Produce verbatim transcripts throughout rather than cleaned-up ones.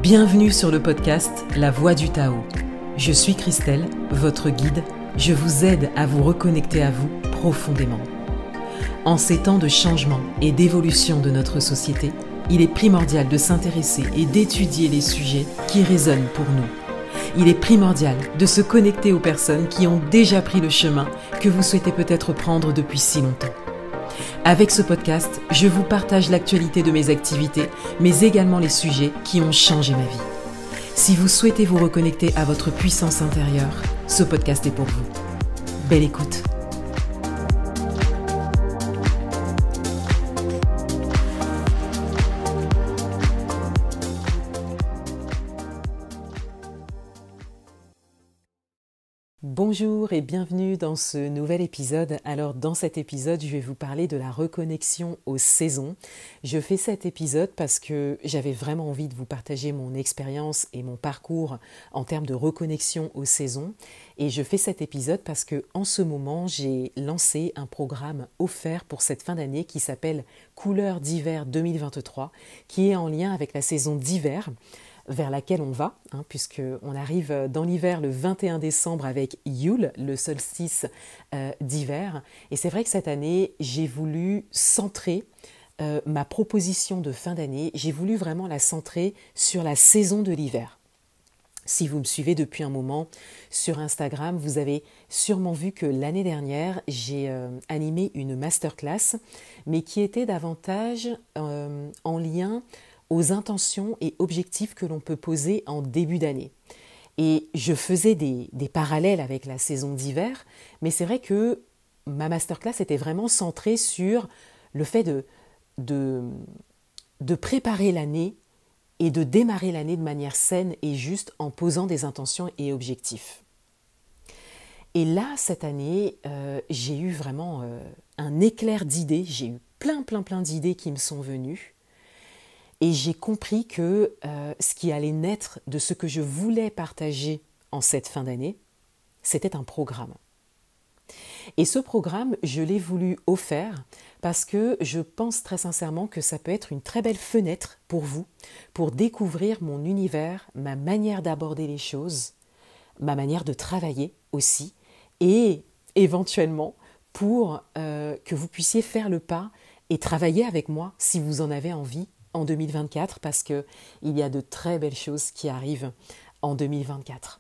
Bienvenue sur le podcast La Voix du Tao. Je suis Christelle, votre guide. Je vous aide à vous reconnecter à vous profondément. En ces temps de changement et d'évolution de notre société, il est primordial de s'intéresser et d'étudier les sujets qui résonnent pour nous. Il est primordial de se connecter aux personnes qui ont déjà pris le chemin que vous souhaitez peut-être prendre depuis si longtemps. Avec ce podcast, je vous partage l'actualité de mes activités, mais également les sujets qui ont changé ma vie. Si vous souhaitez vous reconnecter à votre puissance intérieure, ce podcast est pour vous. Belle écoute! Bonjour et bienvenue dans ce nouvel épisode. Alors dans cet épisode, je vais vous parler de la reconnexion aux saisons. Je fais cet épisode parce que j'avais vraiment envie de vous partager mon expérience et mon parcours en termes de reconnexion aux saisons. Et je fais cet épisode parce que en ce moment, j'ai lancé un programme offert pour cette fin d'année qui s'appelle Couleurs d'hiver deux mille vingt-trois, qui est en lien avec la saison d'hiver vers laquelle on va, hein, puisqu'on arrive dans l'hiver le vingt et un décembre avec Yule, le solstice euh, d'hiver. Et c'est vrai que cette année, j'ai voulu centrer euh, ma proposition de fin d'année, j'ai voulu vraiment la centrer sur la saison de l'hiver. Si vous me suivez depuis un moment sur Instagram, vous avez sûrement vu que l'année dernière, j'ai euh, animé une masterclass, mais qui était davantage euh, en lien aux intentions et objectifs que l'on peut poser en début d'année. Et je faisais des, des parallèles avec la saison d'hiver, mais c'est vrai que ma masterclass était vraiment centrée sur le fait de, de, de préparer l'année et de démarrer l'année de manière saine et juste en posant des intentions et objectifs. Et là, cette année, euh, j'ai eu vraiment euh, un éclair d'idées, j'ai eu plein, plein, plein d'idées qui me sont venues. Et j'ai compris que euh, ce qui allait naître de ce que je voulais partager en cette fin d'année, c'était un programme. Et ce programme, je l'ai voulu offert parce que je pense très sincèrement que ça peut être une très belle fenêtre pour vous, pour découvrir mon univers, ma manière d'aborder les choses, ma manière de travailler aussi, et éventuellement pour euh, que vous puissiez faire le pas et travailler avec moi si vous en avez envie, en deux mille vingt-quatre, parce qu'il y a de très belles choses qui arrivent en deux mille vingt-quatre.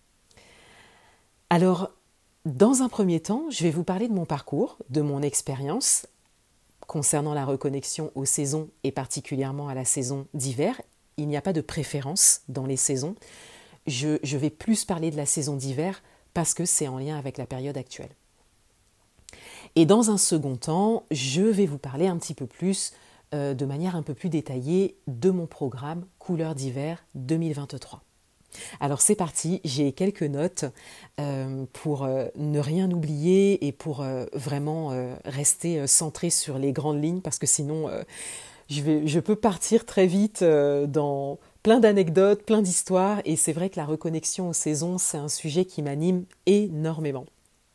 Alors, dans un premier temps, je vais vous parler de mon parcours, de mon expérience concernant la reconnexion aux saisons et particulièrement à la saison d'hiver. Il n'y a pas de préférence dans les saisons. Je, je vais plus parler de la saison d'hiver parce que c'est en lien avec la période actuelle. Et dans un second temps, je vais vous parler un petit peu plus de manière un peu plus détaillée de mon programme Couleurs d'hiver deux mille vingt-trois. Alors c'est parti, j'ai quelques notes euh, pour euh, ne rien oublier et pour euh, vraiment euh, rester euh, centré sur les grandes lignes parce que sinon euh, je, vais, je peux partir très vite euh, dans plein d'anecdotes, plein d'histoires et c'est vrai que la reconnexion aux saisons, c'est un sujet qui m'anime énormément.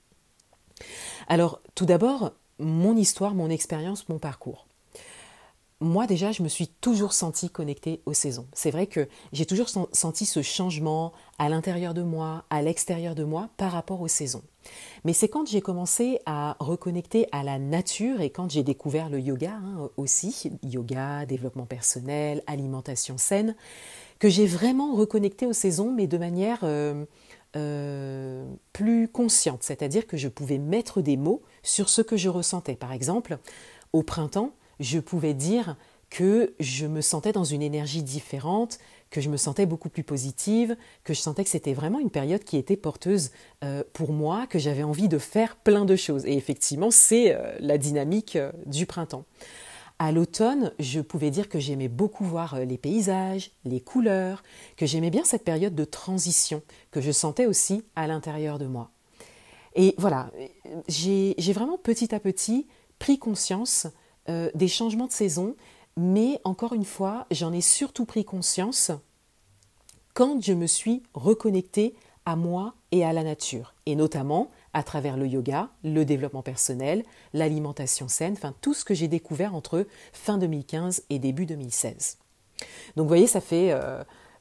Alors tout d'abord, mon histoire, mon expérience, mon parcours. Moi déjà, je me suis toujours sentie connectée aux saisons. C'est vrai que j'ai toujours senti ce changement à l'intérieur de moi, à l'extérieur de moi par rapport aux saisons. Mais c'est quand j'ai commencé à reconnecter à la nature et quand j'ai découvert le yoga hein, aussi, yoga, développement personnel, alimentation saine, que j'ai vraiment reconnecté aux saisons mais de manière euh, euh, plus consciente. C'est-à-dire que je pouvais mettre des mots sur ce que je ressentais. Par exemple, au printemps, je pouvais dire que je me sentais dans une énergie différente, que je me sentais beaucoup plus positive, que je sentais que c'était vraiment une période qui était porteuse euh, pour moi, que j'avais envie de faire plein de choses. Et effectivement, c'est euh, la dynamique euh, du printemps. À l'automne, je pouvais dire que j'aimais beaucoup voir euh, les paysages, les couleurs, que j'aimais bien cette période de transition, que je sentais aussi à l'intérieur de moi. Et voilà, j'ai, j'ai vraiment petit à petit pris conscience Euh, des changements de saison, mais encore une fois, j'en ai surtout pris conscience quand je me suis reconnectée à moi et à la nature, et notamment à travers le yoga, le développement personnel, l'alimentation saine, enfin tout ce que j'ai découvert entre fin deux mille quinze et début deux mille seize. Donc vous voyez, ça fait euh,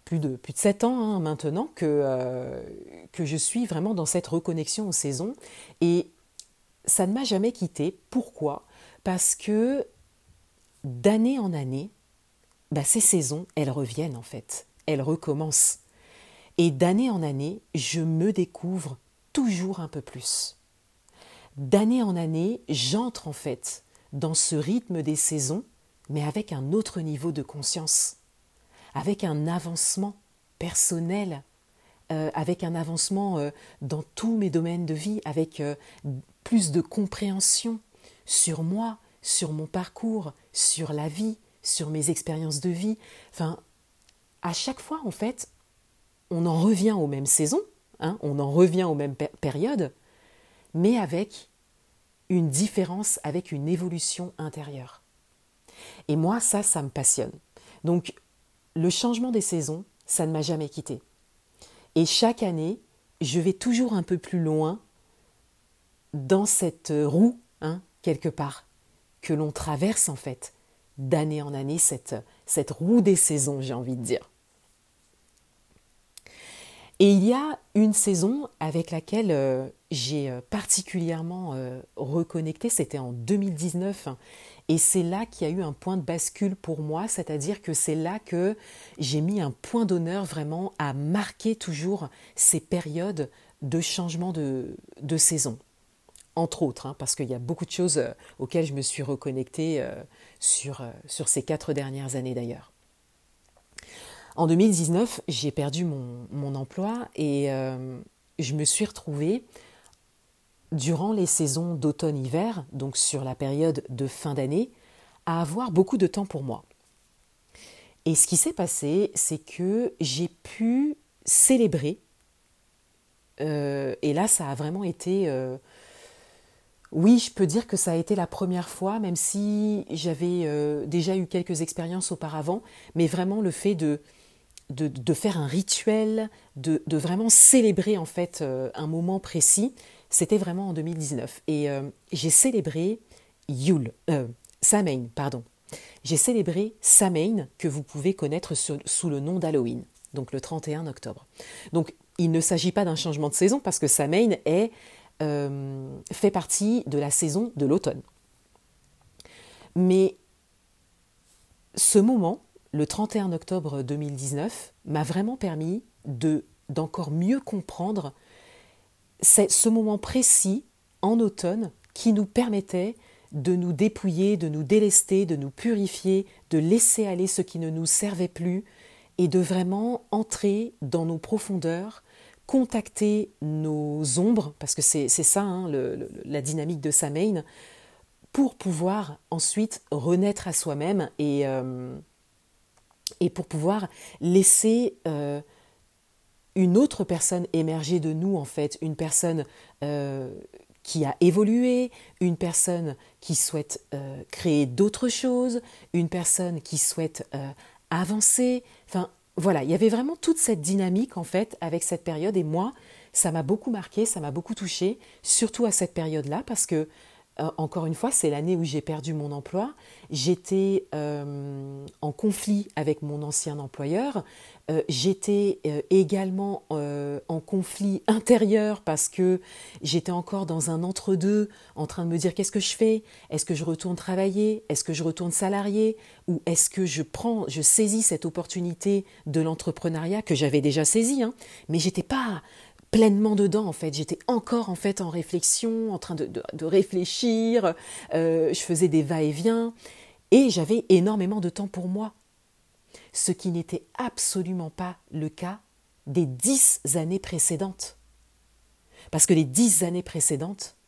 plus de, plus de sept ans hein, maintenant que, euh, que je suis vraiment dans cette reconnexion aux saisons. Et ça ne m'a jamais quittée. Pourquoi ? Parce que d'année en année, bah, ces saisons, elles reviennent en fait. Elles recommencent. Et d'année en année, je me découvre toujours un peu plus. D'année en année, j'entre en fait dans ce rythme des saisons, mais avec un autre niveau de conscience, avec un avancement personnel, euh, avec un avancement euh, dans tous mes domaines de vie, avec euh, plus de compréhension sur moi, sur mon parcours, sur la vie, sur mes expériences de vie. Enfin, à chaque fois, en fait, on en revient aux mêmes saisons, hein, on en revient aux mêmes pé- périodes, mais avec une différence, avec une évolution intérieure. Et moi, ça, ça me passionne. Donc, le changement des saisons, ça ne m'a jamais quitté. Et chaque année, je vais toujours un peu plus loin dans cette roue, hein, quelque part, que l'on traverse en fait, d'année en année, cette, cette roue des saisons, j'ai envie de dire. Et il y a une saison avec laquelle euh, j'ai particulièrement euh, reconnecté, c'était en deux mille dix-neuf, hein, et c'est là qu'il y a eu un point de bascule pour moi, c'est-à-dire que c'est là que j'ai mis un point d'honneur vraiment à marquer toujours ces périodes de changement de, de saison. Entre autres, hein, parce qu'il y a beaucoup de choses euh, auxquelles je me suis reconnectée euh, sur, euh, sur ces quatre dernières années d'ailleurs. En deux mille dix-neuf, j'ai perdu mon, mon emploi et euh, je me suis retrouvée durant les saisons d'automne-hiver, donc sur la période de fin d'année, à avoir beaucoup de temps pour moi. Et ce qui s'est passé, c'est que j'ai pu célébrer, euh, et là ça a vraiment été... Euh, oui, je peux dire que ça a été la première fois, même si j'avais euh, déjà eu quelques expériences auparavant, mais vraiment le fait de... De, de faire un rituel, de, de vraiment célébrer en fait euh, un moment précis, c'était vraiment en deux mille dix-neuf. Et euh, j'ai célébré Yule, euh, Samhain, pardon. J'ai célébré Samhain, que vous pouvez connaître sur, sous le nom d'Halloween, donc le trente et un octobre. Donc il ne s'agit pas d'un changement de saison parce que Samhain est, euh, fait partie de la saison de l'automne. Mais ce moment, le trente et un octobre deux mille dix-neuf, m'a vraiment permis de, d'encore mieux comprendre ce moment précis en automne qui nous permettait de nous dépouiller, de nous délester, de nous purifier, de laisser aller ce qui ne nous servait plus et de vraiment entrer dans nos profondeurs, contacter nos ombres, parce que c'est, c'est ça hein, le, le, la dynamique de Samhain, pour pouvoir ensuite renaître à soi-même et... Euh, et pour pouvoir laisser euh, une autre personne émerger de nous, en fait, une personne euh, qui a évolué, une personne qui souhaite euh, créer d'autres choses, une personne qui souhaite euh, avancer. Enfin, voilà, il y avait vraiment toute cette dynamique, en fait, avec cette période. Et moi, ça m'a beaucoup marqué, ça m'a beaucoup touchée, surtout à cette période-là, parce que Euh, encore une fois, c'est l'année où j'ai perdu mon emploi. J'étais euh, en conflit avec mon ancien employeur. Euh, j'étais euh, également euh, en conflit intérieur parce que j'étais encore dans un entre-deux en train de me dire qu'est-ce que je fais ? Est-ce que je retourne travailler ? Est-ce que je retourne salarié ? Ou est-ce que je prends, je saisis cette opportunité de l'entrepreneuriat que j'avais déjà saisie, hein, mais j'étais pas pleinement dedans en fait, j'étais encore en fait en réflexion, en train de, de, de réfléchir, euh, je faisais des va-et-vient et j'avais énormément de temps pour moi, ce qui n'était absolument pas le cas des dix années précédentes. Parce que les dix années précédentes,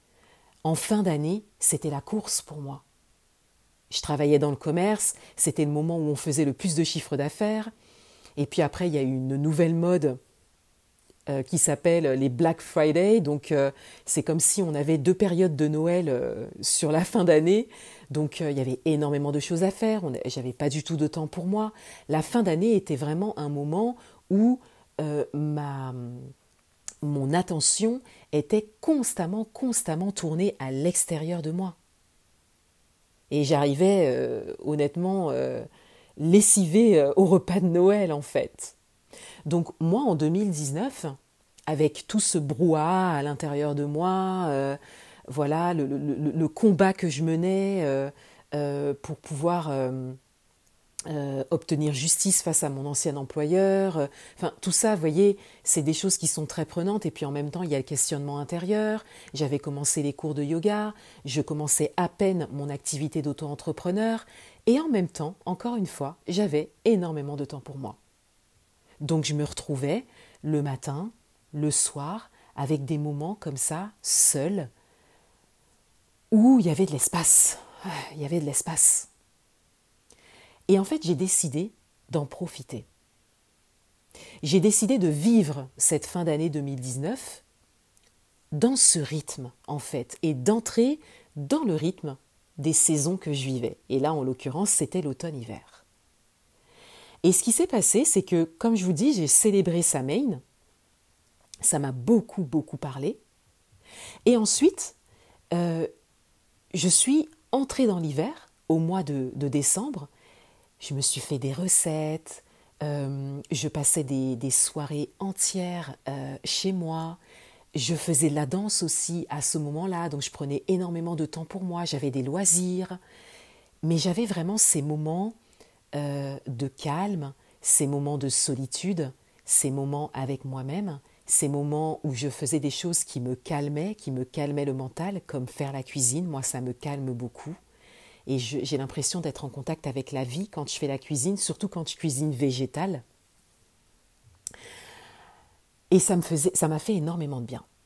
en fin d'année, c'était la course pour moi. Je travaillais dans le commerce, c'était le moment où on faisait le plus de chiffre d'affaires, et puis après il y a eu une nouvelle mode Euh, qui s'appelle les Black Friday. Donc euh, c'est comme si on avait deux périodes de Noël euh, sur la fin d'année. Donc euh, il y avait énormément de choses à faire. On, j'avais pas du tout de temps pour moi. La fin d'année était vraiment un moment où euh, ma, mon attention était constamment, constamment tournée à l'extérieur de moi. Et j'arrivais euh, honnêtement... Euh, lessivé euh, au repas de Noël en fait. Donc moi en deux mille dix-neuf, avec tout ce brouhaha à l'intérieur de moi, euh, voilà le, le, le, le combat que je menais euh, euh, pour pouvoir euh, euh, obtenir justice face à mon ancien employeur, euh, enfin tout ça, vous voyez, c'est des choses qui sont très prenantes et puis en même temps il y a le questionnement intérieur. J'avais commencé les cours de yoga, je commençais à peine mon activité d'auto-entrepreneur et en même temps, encore une fois, j'avais énormément de temps pour moi. Donc je me retrouvais le matin, le soir, avec des moments comme ça, seul, où il y avait de l'espace. Il y avait de l'espace. Et en fait, j'ai décidé d'en profiter. J'ai décidé de vivre cette fin d'année deux mille dix-neuf dans ce rythme, en fait, et d'entrer dans le rythme des saisons que je vivais. Et là, en l'occurrence, c'était l'automne-hiver. Et ce qui s'est passé, c'est que, comme je vous dis, j'ai célébré Samhain. Ça m'a beaucoup, beaucoup parlé. Et ensuite, euh, je suis entrée dans l'hiver, au mois de, de décembre. Je me suis fait des recettes, euh, je passais des, des soirées entières euh, chez moi. Je faisais de la danse aussi à ce moment-là, donc je prenais énormément de temps pour moi. J'avais des loisirs, mais j'avais vraiment ces moments euh, de calme, ces moments de solitude, ces moments avec moi-même, ces moments où je faisais des choses qui me calmaient, qui me calmaient le mental, comme faire la cuisine. Moi, ça me calme beaucoup. Et je, j'ai l'impression d'être en contact avec la vie quand je fais la cuisine, surtout quand je cuisine végétale. Et ça me faisait, ça m'a fait énormément de bien.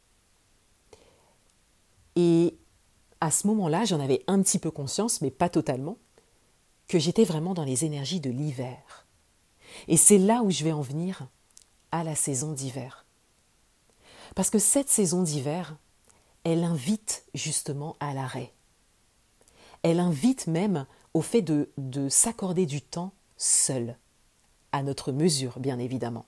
Et à ce moment-là, j'en avais un petit peu conscience, mais pas totalement, que j'étais vraiment dans les énergies de l'hiver. Et c'est là où je vais en venir à la saison d'hiver. Parce que cette saison d'hiver, elle invite justement à l'arrêt. Elle invite même au fait de, de s'accorder du temps seul, à notre mesure, bien évidemment.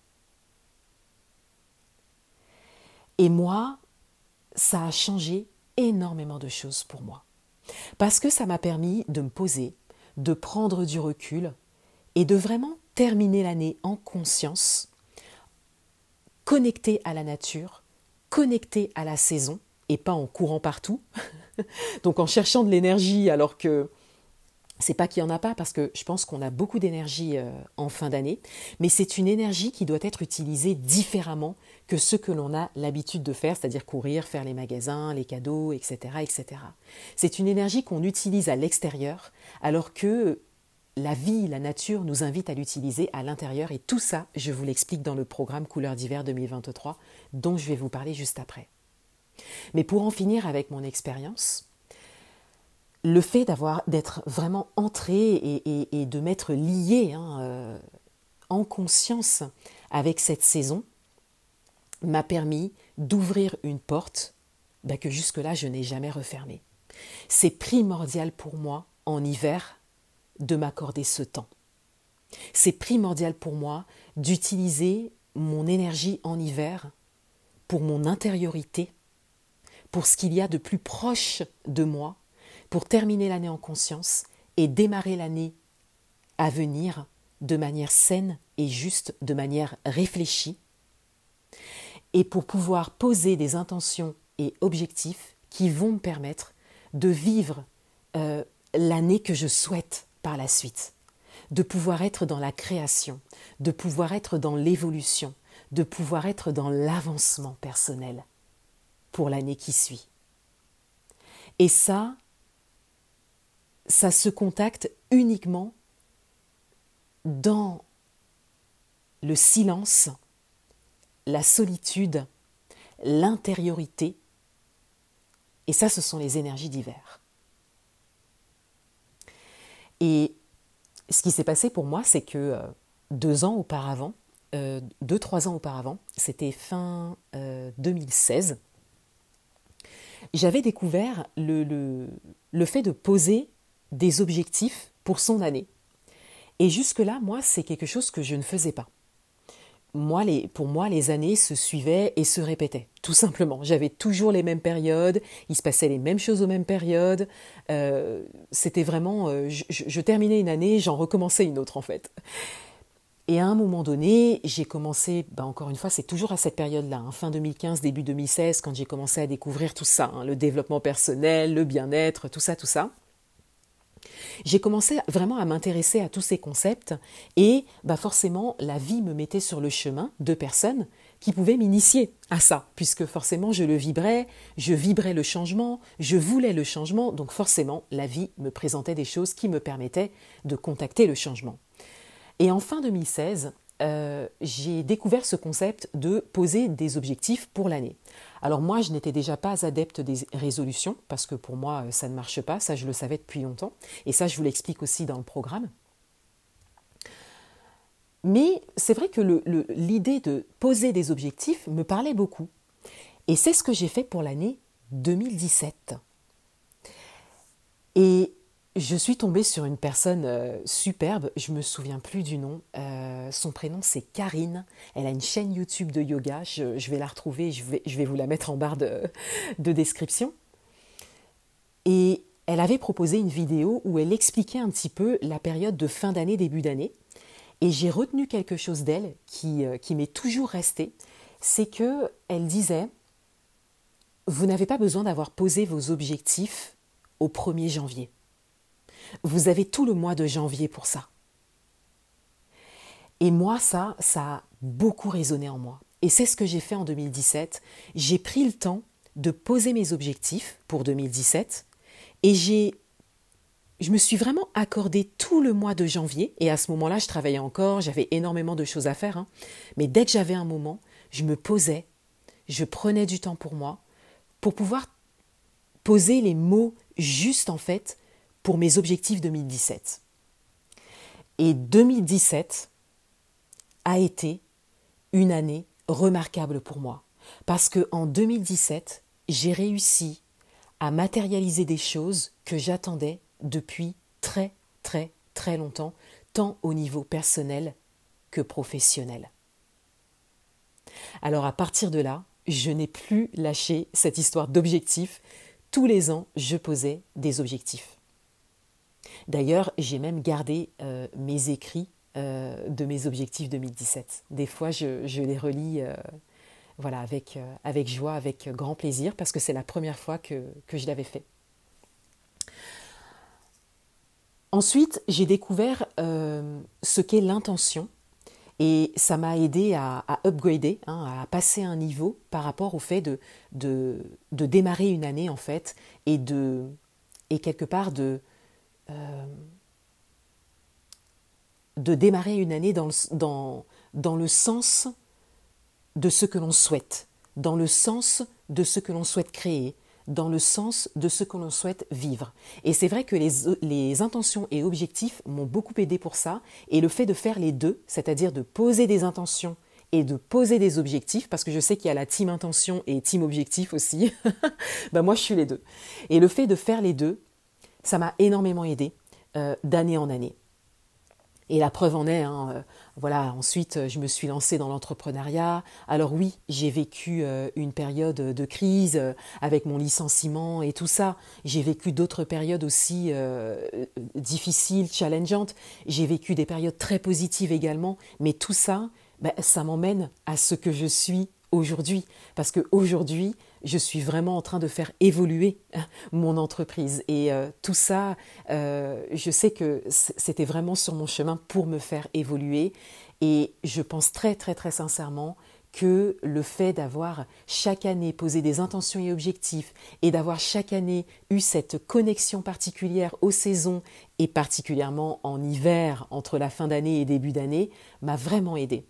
Et moi, ça a changé énormément de choses pour moi. Parce que ça m'a permis de me poser, de prendre du recul et de vraiment terminer l'année en conscience, connecté à la nature, connecté à la saison et pas en courant partout. Donc en cherchant de l'énergie alors que c'est pas qu'il n'y en a pas, parce que je pense qu'on a beaucoup d'énergie euh, en fin d'année, mais c'est une énergie qui doit être utilisée différemment que ce que l'on a l'habitude de faire, c'est-à-dire courir, faire les magasins, les cadeaux, et cetera, et cetera. C'est une énergie qu'on utilise à l'extérieur, alors que la vie, la nature nous invite à l'utiliser à l'intérieur, et tout ça, je vous l'explique dans le programme Couleurs d'hiver deux mille vingt-trois, dont je vais vous parler juste après. Mais pour en finir avec mon expérience, le fait d'avoir, d'être vraiment entré et, et, et de m'être lié hein, euh, en conscience avec cette saison m'a permis d'ouvrir une porte bah, que jusque-là je n'ai jamais refermée. C'est primordial pour moi en hiver de m'accorder ce temps. C'est primordial pour moi d'utiliser mon énergie en hiver pour mon intériorité, pour ce qu'il y a de plus proche de moi, pour terminer l'année en conscience et démarrer l'année à venir de manière saine et juste, de manière réfléchie, et pour pouvoir poser des intentions et objectifs qui vont me permettre de vivre euh, l'année que je souhaite par la suite, de pouvoir être dans la création, de pouvoir être dans l'évolution, de pouvoir être dans l'avancement personnel pour l'année qui suit. Et ça, ça se contacte uniquement dans le silence, la solitude, l'intériorité. Et ça, ce sont les énergies d'hiver. Et ce qui s'est passé pour moi, c'est que euh, deux ans auparavant, euh, deux, trois ans auparavant, c'était fin euh, deux mille seize, j'avais découvert le, le, le fait de poser des objectifs pour son année. Et jusque-là, moi, c'est quelque chose que je ne faisais pas. moi, les, pour moi, les années se suivaient et se répétaient, tout simplement. J'avais toujours les mêmes périodes, il se passait les mêmes choses aux mêmes périodes. Euh, c'était vraiment, euh, je, je, je terminais une année, j'en recommençais une autre en fait. Et à un moment donné, j'ai commencé, ben encore une fois, c'est toujours à cette période-là, hein, fin deux mille quinze, début deux mille seize, quand j'ai commencé à découvrir tout ça, hein, le développement personnel, le bien-être, tout ça, tout ça. J'ai commencé vraiment à m'intéresser à tous ces concepts et bah forcément la vie me mettait sur le chemin de personnes qui pouvaient m'initier à ça, puisque forcément je le vibrais, je vibrais le changement, je voulais le changement, donc forcément la vie me présentait des choses qui me permettaient de contacter le changement. Et en fin deux mille seize, euh, j'ai découvert ce concept de poser des objectifs pour l'année. Alors moi, je n'étais déjà pas adepte des résolutions, parce que pour moi, ça ne marche pas, ça je le savais depuis longtemps, et ça je vous l'explique aussi dans le programme. Mais c'est vrai que le, le, l'idée de poser des objectifs me parlait beaucoup. Et c'est ce que j'ai fait pour l'année deux mille dix-sept. Et je suis tombée sur une personne euh, superbe, je ne me souviens plus du nom. Euh, son prénom c'est Karine. Elle a une chaîne YouTube de yoga. Je, je vais la retrouver, je vais, je vais vous la mettre en barre de, de description. Et elle avait proposé une vidéo où elle expliquait un petit peu la période de fin d'année, début d'année. Et j'ai retenu quelque chose d'elle qui, euh, qui m'est toujours resté. C'est qu'elle disait « Vous n'avez pas besoin d'avoir posé vos objectifs au premier janvier. Vous avez tout le mois de janvier pour ça. » Et moi, ça, ça a beaucoup résonné en moi. Et c'est ce que j'ai fait en deux mille dix-sept. J'ai pris le temps de poser mes objectifs pour deux mille dix-sept et j'ai, je me suis vraiment accordé tout le mois de janvier. Et à ce moment-là, je travaillais encore, j'avais énormément de choses à faire. Hein. Mais dès que j'avais un moment, je me posais, je prenais du temps pour moi, pour pouvoir poser les mots justes en fait pour mes objectifs deux mille dix-sept. Et deux mille dix-sept a été une année remarquable pour moi. Parce qu'en deux mille dix-sept, j'ai réussi à matérialiser des choses que j'attendais depuis très très très longtemps, tant au niveau personnel que professionnel. Alors à partir de là, je n'ai plus lâché cette histoire d'objectifs. Tous les ans, je posais des objectifs. D'ailleurs, j'ai même gardé euh, mes écrits euh, de mes objectifs deux mille dix-sept. Des fois, je, je les relis euh, voilà, avec, euh, avec joie, avec grand plaisir, parce que c'est la première fois que, que je l'avais fait. Ensuite, j'ai découvert euh, ce qu'est l'intention. Et ça m'a aidé à, à upgrader, hein, à passer un niveau par rapport au fait de, de, de démarrer une année en fait et, de, et quelque part de, euh, de démarrer une année dans le, dans, dans le sens de ce que l'on souhaite, dans le sens de ce que l'on souhaite créer, dans le sens de ce que l'on souhaite vivre. Et c'est vrai que les, les intentions et objectifs m'ont beaucoup aidé pour ça. Et le fait de faire les deux, c'est-à-dire de poser des intentions et de poser des objectifs, parce que je sais qu'il y a la team intention et team objectif aussi, ben moi je suis les deux. Et le fait de faire les deux, ça m'a énormément aidé euh, d'année en année. Et la preuve en est, hein, euh, voilà, ensuite je me suis lancée dans l'entrepreneuriat. Alors oui, j'ai vécu euh, une période de crise euh, avec mon licenciement et tout ça. J'ai vécu d'autres périodes aussi euh, difficiles, challengeantes. J'ai vécu des périodes très positives également. Mais tout ça, ben, ça m'emmène à ce que je suis aujourd'hui. Parce qu'aujourd'hui, je suis vraiment en train de faire évoluer mon entreprise. Et euh, tout ça, euh, je sais que c'était vraiment sur mon chemin pour me faire évoluer. Et je pense très, très, très sincèrement que le fait d'avoir chaque année posé des intentions et objectifs et d'avoir chaque année eu cette connexion particulière aux saisons et particulièrement en hiver, entre la fin d'année et début d'année, m'a vraiment aidée.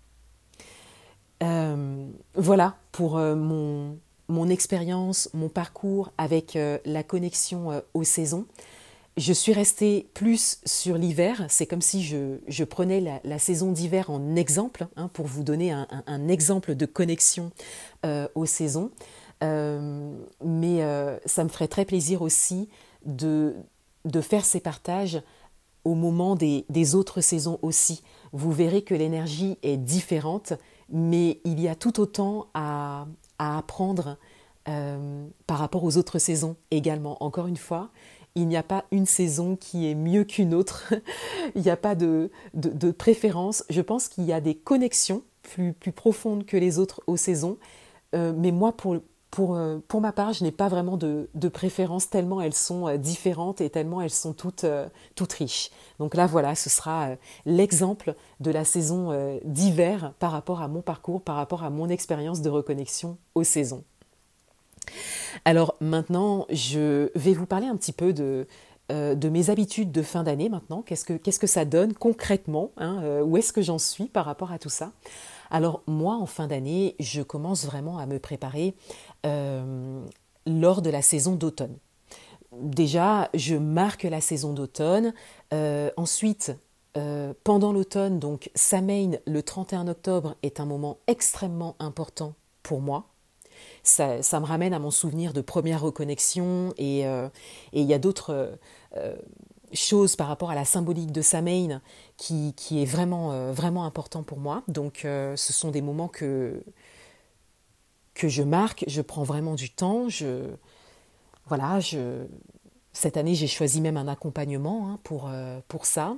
Euh, voilà pour euh, mon... mon expérience, mon parcours avec euh, la connexion euh, aux saisons. Je suis restée plus sur l'hiver. C'est comme si je, je prenais la, la saison d'hiver en exemple, hein, pour vous donner un, un, un exemple de connexion euh, aux saisons. Euh, mais euh, ça me ferait très plaisir aussi de, de faire ces partages au moment des, des autres saisons aussi. vous verrez que l'énergie est différente, mais il y a tout autant à, à apprendre euh, par rapport aux autres saisons également. Encore une fois, il n'y a pas une saison qui est mieux qu'une autre, il n'y a pas de, de, de préférence. Je pense qu'il y a des connexions plus, plus profondes que les autres aux saisons, euh, mais moi, pour, pour, euh, pour ma part, je n'ai pas vraiment de, de préférence tellement elles sont euh, différentes et tellement elles sont toutes, euh, toutes riches. Donc là, voilà, ce sera euh, l'exemple de la saison euh, d'hiver par rapport à mon parcours, par rapport à mon expérience de reconnexion aux saisons. Alors maintenant, je vais vous parler un petit peu de, euh, de mes habitudes de fin d'année maintenant. Qu'est-ce que, qu'est-ce que ça donne concrètement, hein, euh, où est-ce que j'en suis par rapport à tout ça? Alors moi, en fin d'année, je commence vraiment à me préparer euh, lors de la saison d'automne. Déjà, je marque la saison d'automne. Euh, ensuite, euh, pendant l'automne, donc Samhain, le trente et un octobre, est un moment extrêmement important pour moi. Ça, ça me ramène à mon souvenir de première reconnexion et euh, et il y a d'autres euh, choses par rapport à la symbolique de Samhain qui, qui est vraiment, euh, vraiment important pour moi. Donc euh, ce sont des moments que, que je marque, je prends vraiment du temps. Je, voilà, je, cette année j'ai choisi même un accompagnement hein, pour, euh, pour ça.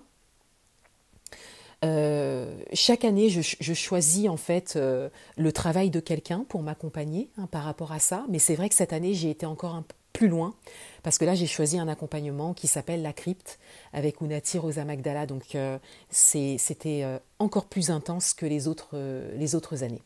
Euh, chaque année, je, je choisis en fait euh, le travail de quelqu'un pour m'accompagner hein, par rapport à ça. Mais c'est vrai que cette année, j'ai été encore un peu plus loin parce que là, j'ai choisi un accompagnement qui s'appelle La Crypte avec Ounati Rosa Magdala. Donc, euh, c'est, c'était euh, encore plus intense que les autres, euh, les autres années.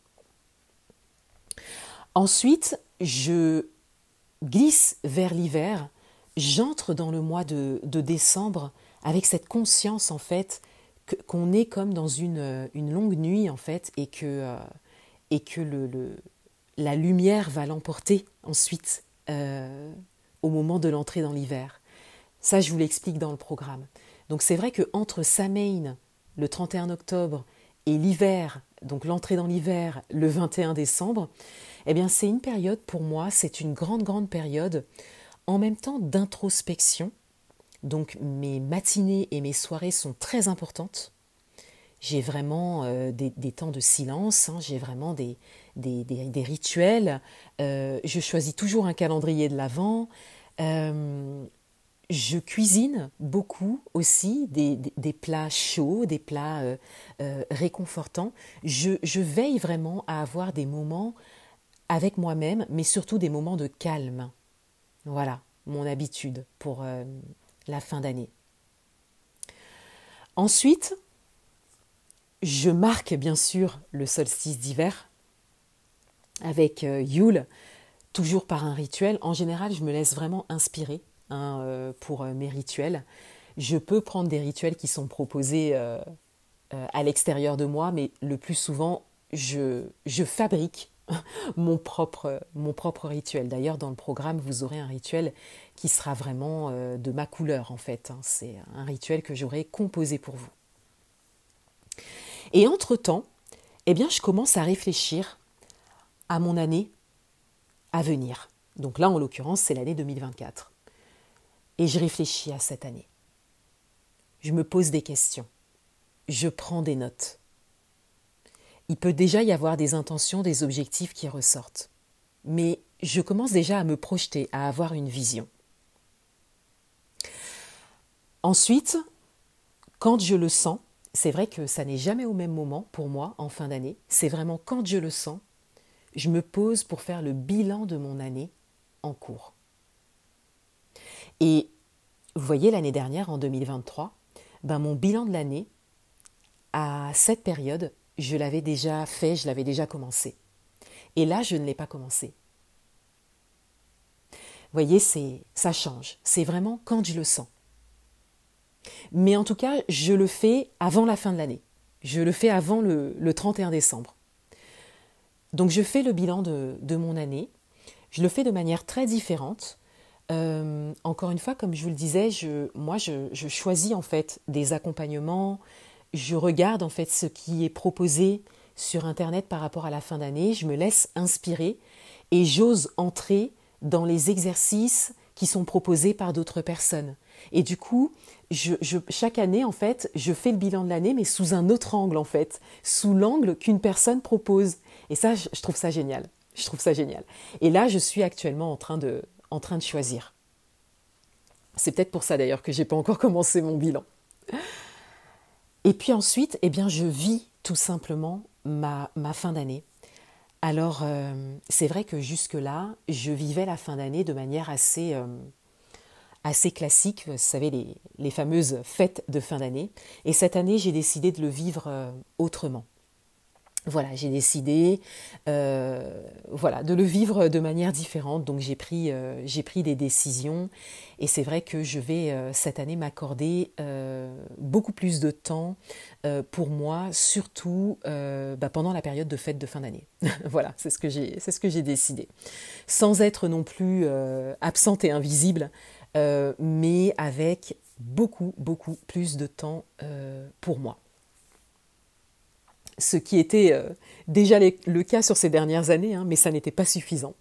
Ensuite, je glisse vers l'hiver. J'entre dans le mois de, de décembre avec cette conscience en fait Que, qu'on est comme dans une, une longue nuit en fait et que, euh, et que le, le, la lumière va l'emporter ensuite euh, au moment de l'entrée dans l'hiver. Ça, je vous l'explique dans le programme. Donc c'est vrai qu'entre Samhain, le trente et un octobre, et l'hiver, donc l'entrée dans l'hiver, le vingt et un décembre, eh bien c'est une période pour moi, c'est une grande, grande période, en même temps d'introspection. Donc mes matinées et mes soirées sont très importantes. J'ai vraiment euh, des, des temps de silence, hein, j'ai vraiment des, des, des, des rituels. Euh, je choisis toujours un calendrier de l'Avent. Euh, je cuisine beaucoup aussi des, des, des plats chauds, des plats euh, euh, réconfortants. Je, je veille vraiment à avoir des moments avec moi-même, mais surtout des moments de calme. Voilà, mon habitude pour... Euh, la fin d'année. Ensuite, je marque bien sûr le solstice d'hiver avec euh, Yule, toujours par un rituel. En général, je me laisse vraiment inspirer hein, euh, pour euh, mes rituels. Je peux prendre des rituels qui sont proposés euh, euh, à l'extérieur de moi, mais le plus souvent, je, je fabrique mon propre, mon propre rituel. D'ailleurs, dans le programme, vous aurez un rituel qui sera vraiment euh, de ma couleur, en fait. Hein. C'est un rituel que j'aurai composé pour vous. Et entre-temps, eh bien, je commence à réfléchir à mon année à venir. Donc là, en l'occurrence, c'est l'année deux mille vingt-quatre. Et je réfléchis à cette année. Je me pose des questions. Je prends des notes. Il peut déjà y avoir des intentions, des objectifs qui ressortent. Mais je commence déjà à me projeter, à avoir une vision. Ensuite, quand je le sens, c'est vrai que ça n'est jamais au même moment pour moi en fin d'année, c'est vraiment quand je le sens, je me pose pour faire le bilan de mon année en cours. Et vous voyez, l'année dernière, en deux mille vingt-trois, ben mon bilan de l'année, à cette période, je l'avais déjà fait, je l'avais déjà commencé. Et là, je ne l'ai pas commencé. Vous voyez, c'est, ça change. C'est vraiment quand je le sens. Mais en tout cas, je le fais avant la fin de l'année. Je le fais avant le, le trente et un décembre. Donc, je fais le bilan de, de mon année. Je le fais de manière très différente. Euh, encore une fois, comme je vous le disais, je, moi, je, je choisis en fait des accompagnements. Je regarde en fait ce qui est proposé sur Internet par rapport à la fin d'année. Je me laisse inspirer et j'ose entrer dans les exercices qui sont proposés par d'autres personnes. Et du coup, je, je, chaque année, en fait, je fais le bilan de l'année, mais sous un autre angle, en fait, sous l'angle qu'une personne propose. Et ça, je, je trouve ça génial. Je trouve ça génial. Et là, je suis actuellement en train de, en train de choisir. C'est peut-être pour ça d'ailleurs que j'ai pas encore commencé mon bilan. Et puis ensuite, eh bien, je vis tout simplement ma, ma fin d'année. Alors, euh, c'est vrai que jusque-là, je vivais la fin d'année de manière assez, euh, assez classique, vous savez, les, les fameuses fêtes de fin d'année. Et cette année, j'ai décidé de le vivre euh, autrement. Voilà, j'ai décidé euh, voilà, de le vivre de manière différente. Donc j'ai pris, euh, j'ai pris des décisions et c'est vrai que je vais euh, cette année m'accorder euh, beaucoup plus de temps euh, pour moi, surtout euh, bah, pendant la période de fête de fin d'année. Voilà, c'est ce que j'ai, c'est ce que j'ai décidé. Sans être non plus euh, absente et invisible, euh, mais avec beaucoup, beaucoup plus de temps euh, pour moi. Ce qui était euh, déjà les, le cas sur ces dernières années, hein, mais ça n'était pas suffisant.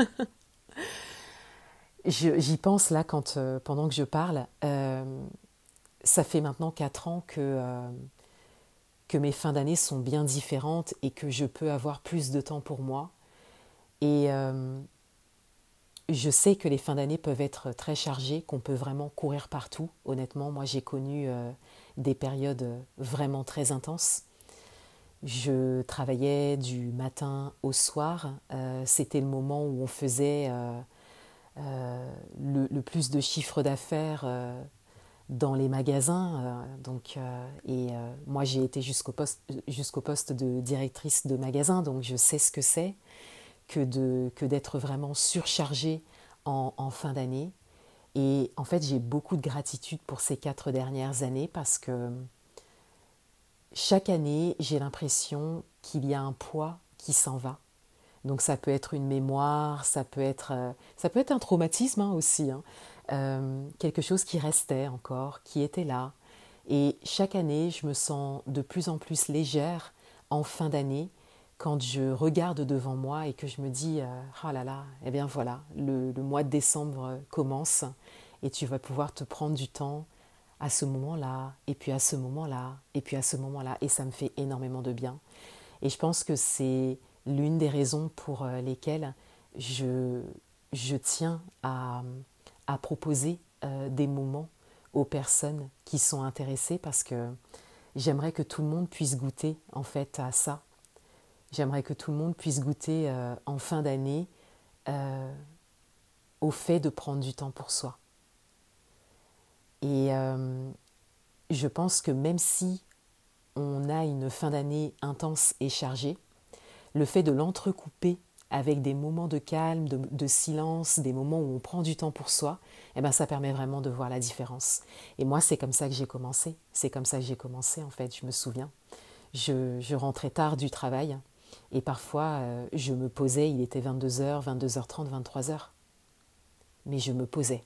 Je, j'y pense là quand, euh, pendant que je parle. Euh, ça fait maintenant quatre ans que, euh, que mes fins d'année sont bien différentes et que je peux avoir plus de temps pour moi. Et euh, je sais que les fins d'année peuvent être très chargées, qu'on peut vraiment courir partout. Honnêtement, moi j'ai connu euh, des périodes vraiment très intenses. Je travaillais du matin au soir. Euh, c'était le moment où on faisait euh, euh, le, le plus de chiffre d'affaires euh, dans les magasins. Euh, donc, euh, et euh, moi, j'ai été jusqu'au poste, jusqu'au poste de directrice de magasin, donc je sais ce que c'est que, de, que d'être vraiment surchargée en, en fin d'année. Et en fait, j'ai beaucoup de gratitude pour ces quatre dernières années parce que chaque année, j'ai l'impression qu'il y a un poids qui s'en va. Donc ça peut être une mémoire, ça peut être, euh, ça peut être un traumatisme hein, aussi, hein. Euh, quelque chose qui restait encore, qui était là. Et chaque année, je me sens de plus en plus légère en fin d'année quand je regarde devant moi et que je me dis euh, « Oh là là, eh bien voilà, le, le mois de décembre commence et tu vas pouvoir te prendre du temps à ce moment-là, et puis à ce moment-là, et puis à ce moment-là. » Et ça me fait énormément de bien. Et je pense que c'est l'une des raisons pour lesquelles je, je tiens à, à proposer euh, des moments aux personnes qui sont intéressées parce que j'aimerais que tout le monde puisse goûter en fait à ça. J'aimerais que tout le monde puisse goûter euh, en fin d'année euh, au fait de prendre du temps pour soi. Et euh, je pense que même si on a une fin d'année intense et chargée, le fait de l'entrecouper avec des moments de calme, de, de silence, des moments où on prend du temps pour soi, eh ben ça permet vraiment de voir la différence. Et moi, c'est comme ça que j'ai commencé. C'est comme ça que j'ai commencé, en fait, je me souviens. Je, je rentrais tard du travail et parfois, euh, je me posais, il était vingt-deux heures, vingt-deux heures trente, vingt-trois heures. Mais je me posais.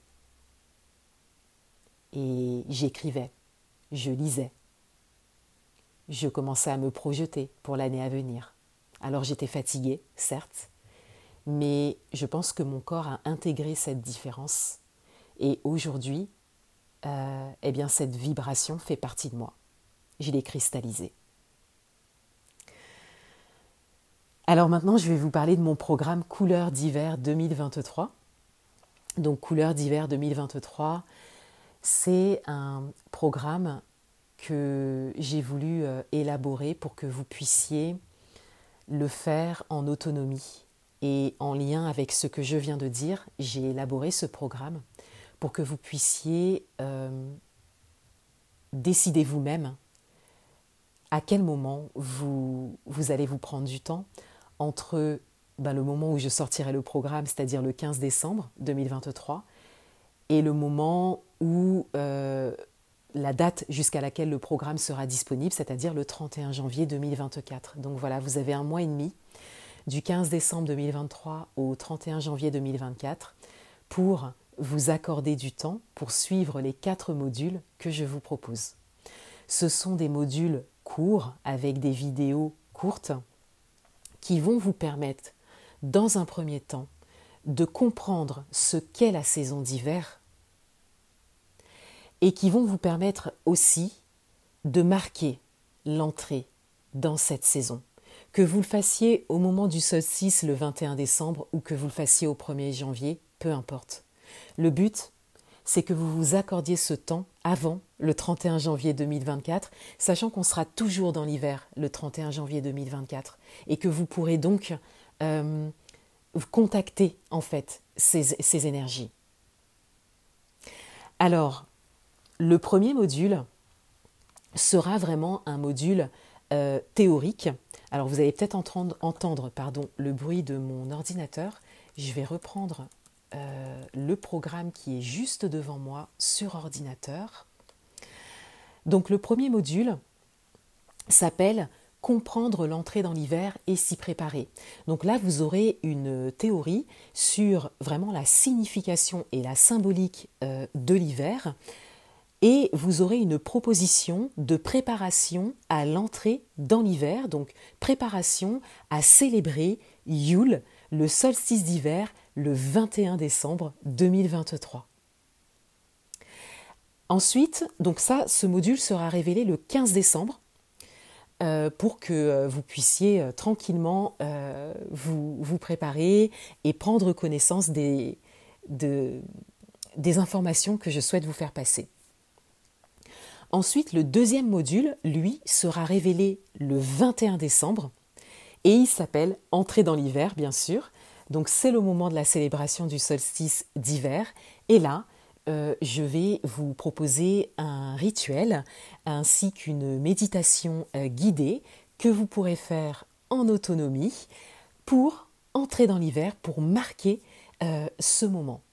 Et j'écrivais, je lisais. Je commençais à me projeter pour l'année à venir. Alors j'étais fatiguée, certes, mais je pense que mon corps a intégré cette différence. Et aujourd'hui, euh, eh bien, cette vibration fait partie de moi. Je l'ai cristallisée. Alors maintenant, je vais vous parler de mon programme Couleurs d'hiver deux mille vingt-trois. Donc Couleurs d'hiver deux mille vingt-trois, c'est un programme que j'ai voulu euh, élaborer pour que vous puissiez le faire en autonomie. Et en lien avec ce que je viens de dire, j'ai élaboré ce programme pour que vous puissiez euh, décider vous-même à quel moment vous, vous allez vous prendre du temps entre ben, le moment où je sortirai le programme, c'est-à-dire le quinze décembre deux mille vingt-trois, et le moment où euh, la date jusqu'à laquelle le programme sera disponible, c'est-à-dire le trente et un janvier deux mille vingt-quatre. Donc voilà, vous avez un mois et demi, du quinze décembre deux mille vingt-trois au trente et un janvier deux mille vingt-quatre, pour vous accorder du temps pour suivre les quatre modules que je vous propose. Ce sont des modules courts avec des vidéos courtes qui vont vous permettre, dans un premier temps, de comprendre ce qu'est la saison d'hiver et qui vont vous permettre aussi de marquer l'entrée dans cette saison. Que vous le fassiez au moment du solstice le vingt et un décembre ou que vous le fassiez au premier janvier, peu importe. Le but, c'est que vous vous accordiez ce temps avant le trente et un janvier deux mille vingt-quatre, sachant qu'on sera toujours dans l'hiver le trente et un janvier deux mille vingt-quatre et que vous pourrez donc euh, contacter en fait ces, ces énergies. Alors, le premier module sera vraiment un module euh, théorique. Alors vous allez peut-être entendre, entendre pardon, le bruit de mon ordinateur. Je vais reprendre euh, le programme qui est juste devant moi sur ordinateur. Donc le premier module s'appelle « Comprendre l'entrée dans l'hiver et s'y préparer ». Donc là, vous aurez une théorie sur vraiment la signification et la symbolique euh, de l'hiver. Et vous aurez une proposition de préparation à l'entrée dans l'hiver, donc préparation à célébrer Yule, le solstice d'hiver, le vingt et un décembre deux mille vingt-trois. Ensuite, donc ça, ce module sera révélé le quinze décembre euh, pour que vous puissiez euh, tranquillement euh, vous, vous préparer et prendre connaissance des, de, des informations que je souhaite vous faire passer. Ensuite, le deuxième module, lui, sera révélé le vingt et un décembre et il s'appelle « Entrée dans l'hiver », bien sûr. Donc, c'est le moment de la célébration du solstice d'hiver. Et là, euh, je vais vous proposer un rituel ainsi qu'une méditation euh, guidée que vous pourrez faire en autonomie pour entrer dans l'hiver, pour marquer euh, ce moment.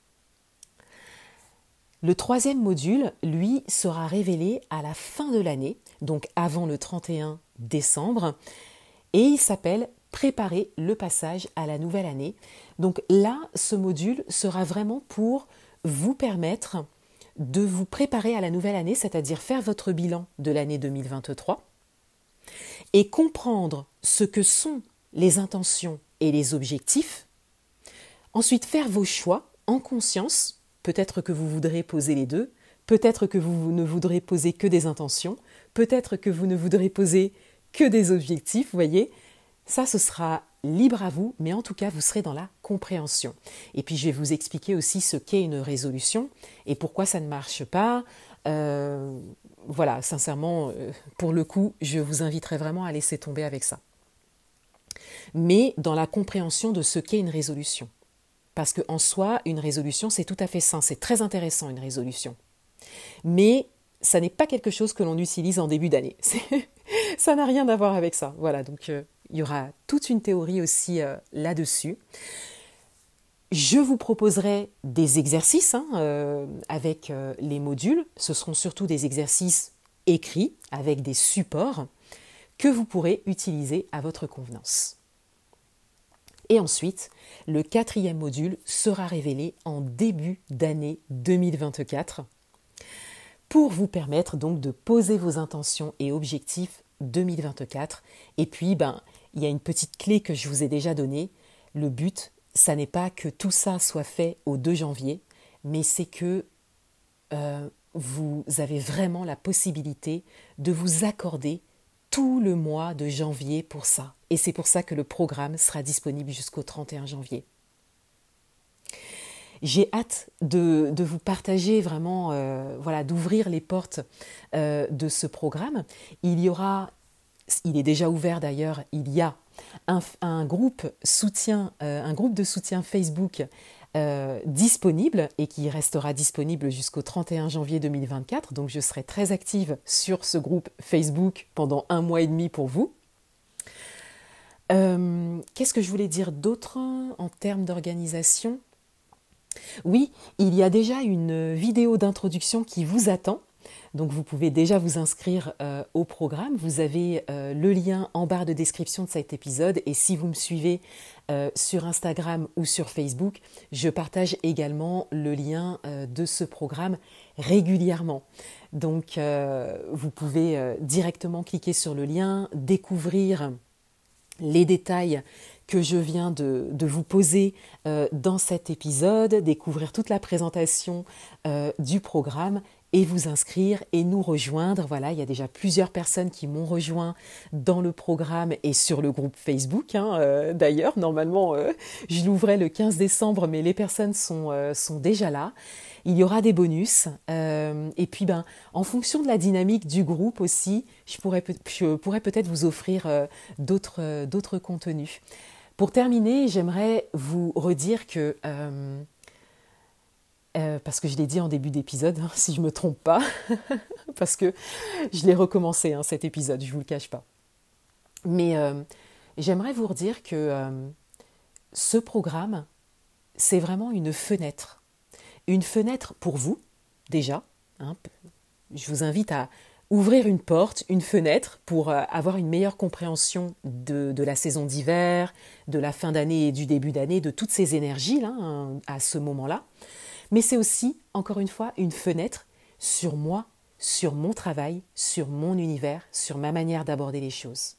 Le troisième module, lui, sera révélé à la fin de l'année, donc avant le trente et un décembre, et il s'appelle « Préparer le passage à la nouvelle année ». Donc là, ce module sera vraiment pour vous permettre de vous préparer à la nouvelle année, c'est-à-dire faire votre bilan de l'année deux mille vingt-trois et comprendre ce que sont les intentions et les objectifs. Ensuite, faire vos choix en conscience. Peut-être que vous voudrez poser les deux, peut-être que vous ne voudrez poser que des intentions, peut-être que vous ne voudrez poser que des objectifs, vous voyez. Ça, ce sera libre à vous, mais en tout cas, vous serez dans la compréhension. Et puis, je vais vous expliquer aussi ce qu'est une résolution et pourquoi ça ne marche pas. Euh, voilà, sincèrement, pour le coup, je vous inviterai vraiment à laisser tomber avec ça. Mais dans la compréhension de ce qu'est une résolution. Parce qu'en soi, une résolution, c'est tout à fait sain, c'est très intéressant une résolution. Mais ça n'est pas quelque chose que l'on utilise en début d'année. Ça n'a rien à voir avec ça. Voilà, donc euh, il y aura toute une théorie aussi euh, là-dessus. Je vous proposerai des exercices hein, euh, avec euh, les modules. Ce seront surtout des exercices écrits avec des supports que vous pourrez utiliser à votre convenance. Et ensuite, le quatrième module sera révélé en début d'année deux mille vingt-quatre pour vous permettre donc de poser vos intentions et objectifs deux mille vingt-quatre. Et puis, ben, il y a une petite clé que je vous ai déjà donnée. Le but, ça n'est pas que tout ça soit fait au deux janvier, mais c'est que euh, vous avez vraiment la possibilité de vous accorder tout le mois de janvier pour ça. Et c'est pour ça que le programme sera disponible jusqu'au trente et un janvier. J'ai hâte de, de vous partager vraiment, euh, voilà, d'ouvrir les portes euh, de ce programme. Il y aura, il est déjà ouvert d'ailleurs, il y a un, un groupe soutien, euh, un groupe de soutien Facebook Euh, disponible et qui restera disponible jusqu'au trente et un janvier deux mille vingt-quatre. Donc je serai très active sur ce groupe Facebook pendant un mois et demi pour vous. Euh, qu'est-ce que je voulais dire d'autre en termes d'organisation ? Oui, il y a déjà une vidéo d'introduction qui vous attend. Donc vous pouvez déjà vous inscrire euh, au programme. Vous avez euh, le lien en barre de description de cet épisode. Et si vous me suivez euh, sur Instagram ou sur Facebook, je partage également le lien euh, de ce programme régulièrement. Donc euh, vous pouvez euh, directement cliquer sur le lien, découvrir les détails que je viens de, de vous poser euh, dans cet épisode, découvrir toute la présentation euh, du programme et vous inscrire et nous rejoindre. Voilà, il y a déjà plusieurs personnes qui m'ont rejoint dans le programme et sur le groupe Facebook. Hein, euh, d'ailleurs, normalement, euh, je l'ouvrais le quinze décembre, mais les personnes sont, euh, sont déjà là. Il y aura des bonus. Euh, et puis, ben, en fonction de la dynamique du groupe aussi, je pourrais, je pourrais peut-être vous offrir euh, d'autres, euh, d'autres contenus. Pour terminer, j'aimerais vous redire que... Euh, Euh, parce que je l'ai dit en début d'épisode, hein, si je ne me trompe pas, parce que je l'ai recommencé hein, cet épisode, je ne vous le cache pas. Mais euh, j'aimerais vous redire que euh, ce programme, c'est vraiment une fenêtre. Une fenêtre pour vous, déjà. Hein, je vous invite à ouvrir une porte, une fenêtre, pour euh, avoir une meilleure compréhension de, de la saison d'hiver, de la fin d'année et du début d'année, de toutes ces énergies là, hein, à ce moment-là. Mais c'est aussi, encore une fois, une fenêtre sur moi, sur mon travail, sur mon univers, sur ma manière d'aborder les choses.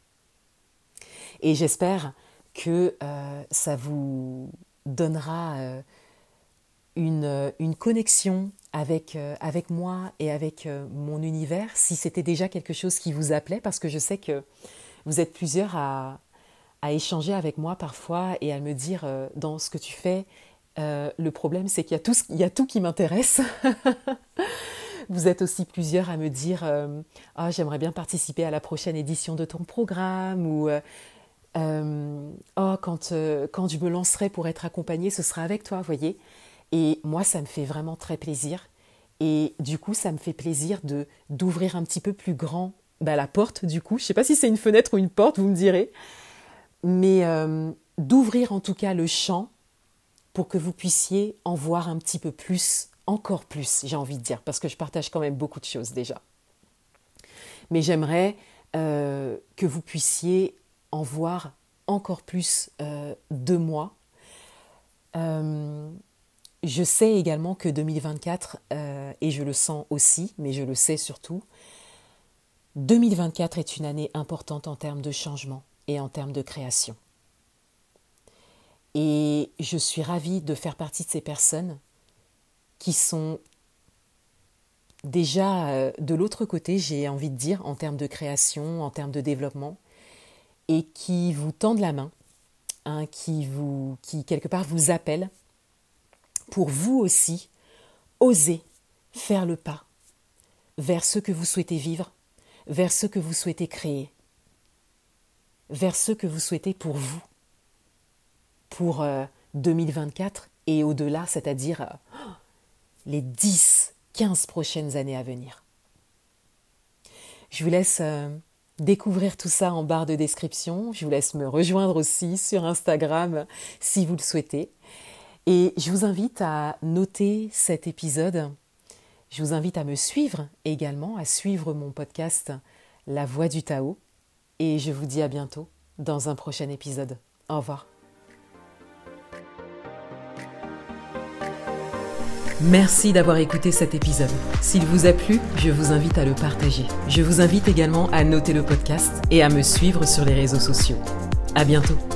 Et j'espère que euh, ça vous donnera euh, une, une connexion avec, euh, avec moi et avec euh, mon univers, si c'était déjà quelque chose qui vous appelait, parce que je sais que vous êtes plusieurs à, à échanger avec moi parfois et à me dire euh, dans ce que tu fais. Euh, le problème, c'est qu'il y a tout, il y a tout qui m'intéresse. Vous êtes aussi plusieurs à me dire euh, « Ah, j'aimerais bien participer à la prochaine édition de ton programme » ou euh, « Oh, quand, euh, quand je me lancerai pour être accompagnée, ce sera avec toi, vous voyez ?» Et moi, ça me fait vraiment très plaisir. Et du coup, ça me fait plaisir de, d'ouvrir un petit peu plus grand bah, la porte, du coup. Je ne sais pas si c'est une fenêtre ou une porte, vous me direz. Mais euh, d'ouvrir en tout cas le champ pour que vous puissiez en voir un petit peu plus, encore plus, j'ai envie de dire, parce que je partage quand même beaucoup de choses déjà. Mais j'aimerais euh, que vous puissiez en voir encore plus euh, de moi. Euh, je sais également que deux mille vingt-quatre, euh, et je le sens aussi, mais je le sais surtout, deux mille vingt-quatre est une année importante en termes de changement et en termes de création. Et je suis ravie de faire partie de ces personnes qui sont déjà euh, de l'autre côté, j'ai envie de dire, en termes de création, en termes de développement, et qui vous tendent la main, hein, qui, vous, qui quelque part vous appellent pour vous aussi oser faire le pas vers ce que vous souhaitez vivre, vers ce que vous souhaitez créer, vers ce que vous souhaitez pour vous. Pour euh, deux mille vingt-quatre et au-delà, c'est-à-dire euh, les dix, quinze prochaines années à venir. Je vous laisse euh, découvrir tout ça en barre de description. Je vous laisse me rejoindre aussi sur Instagram si vous le souhaitez. Et je vous invite à noter cet épisode. Je vous invite à me suivre également, à suivre mon podcast La Voix du Tao. Et je vous dis à bientôt dans un prochain épisode. Au revoir. Merci d'avoir écouté cet épisode. S'il vous a plu, je vous invite à le partager. Je vous invite également à noter le podcast et à me suivre sur les réseaux sociaux. À bientôt.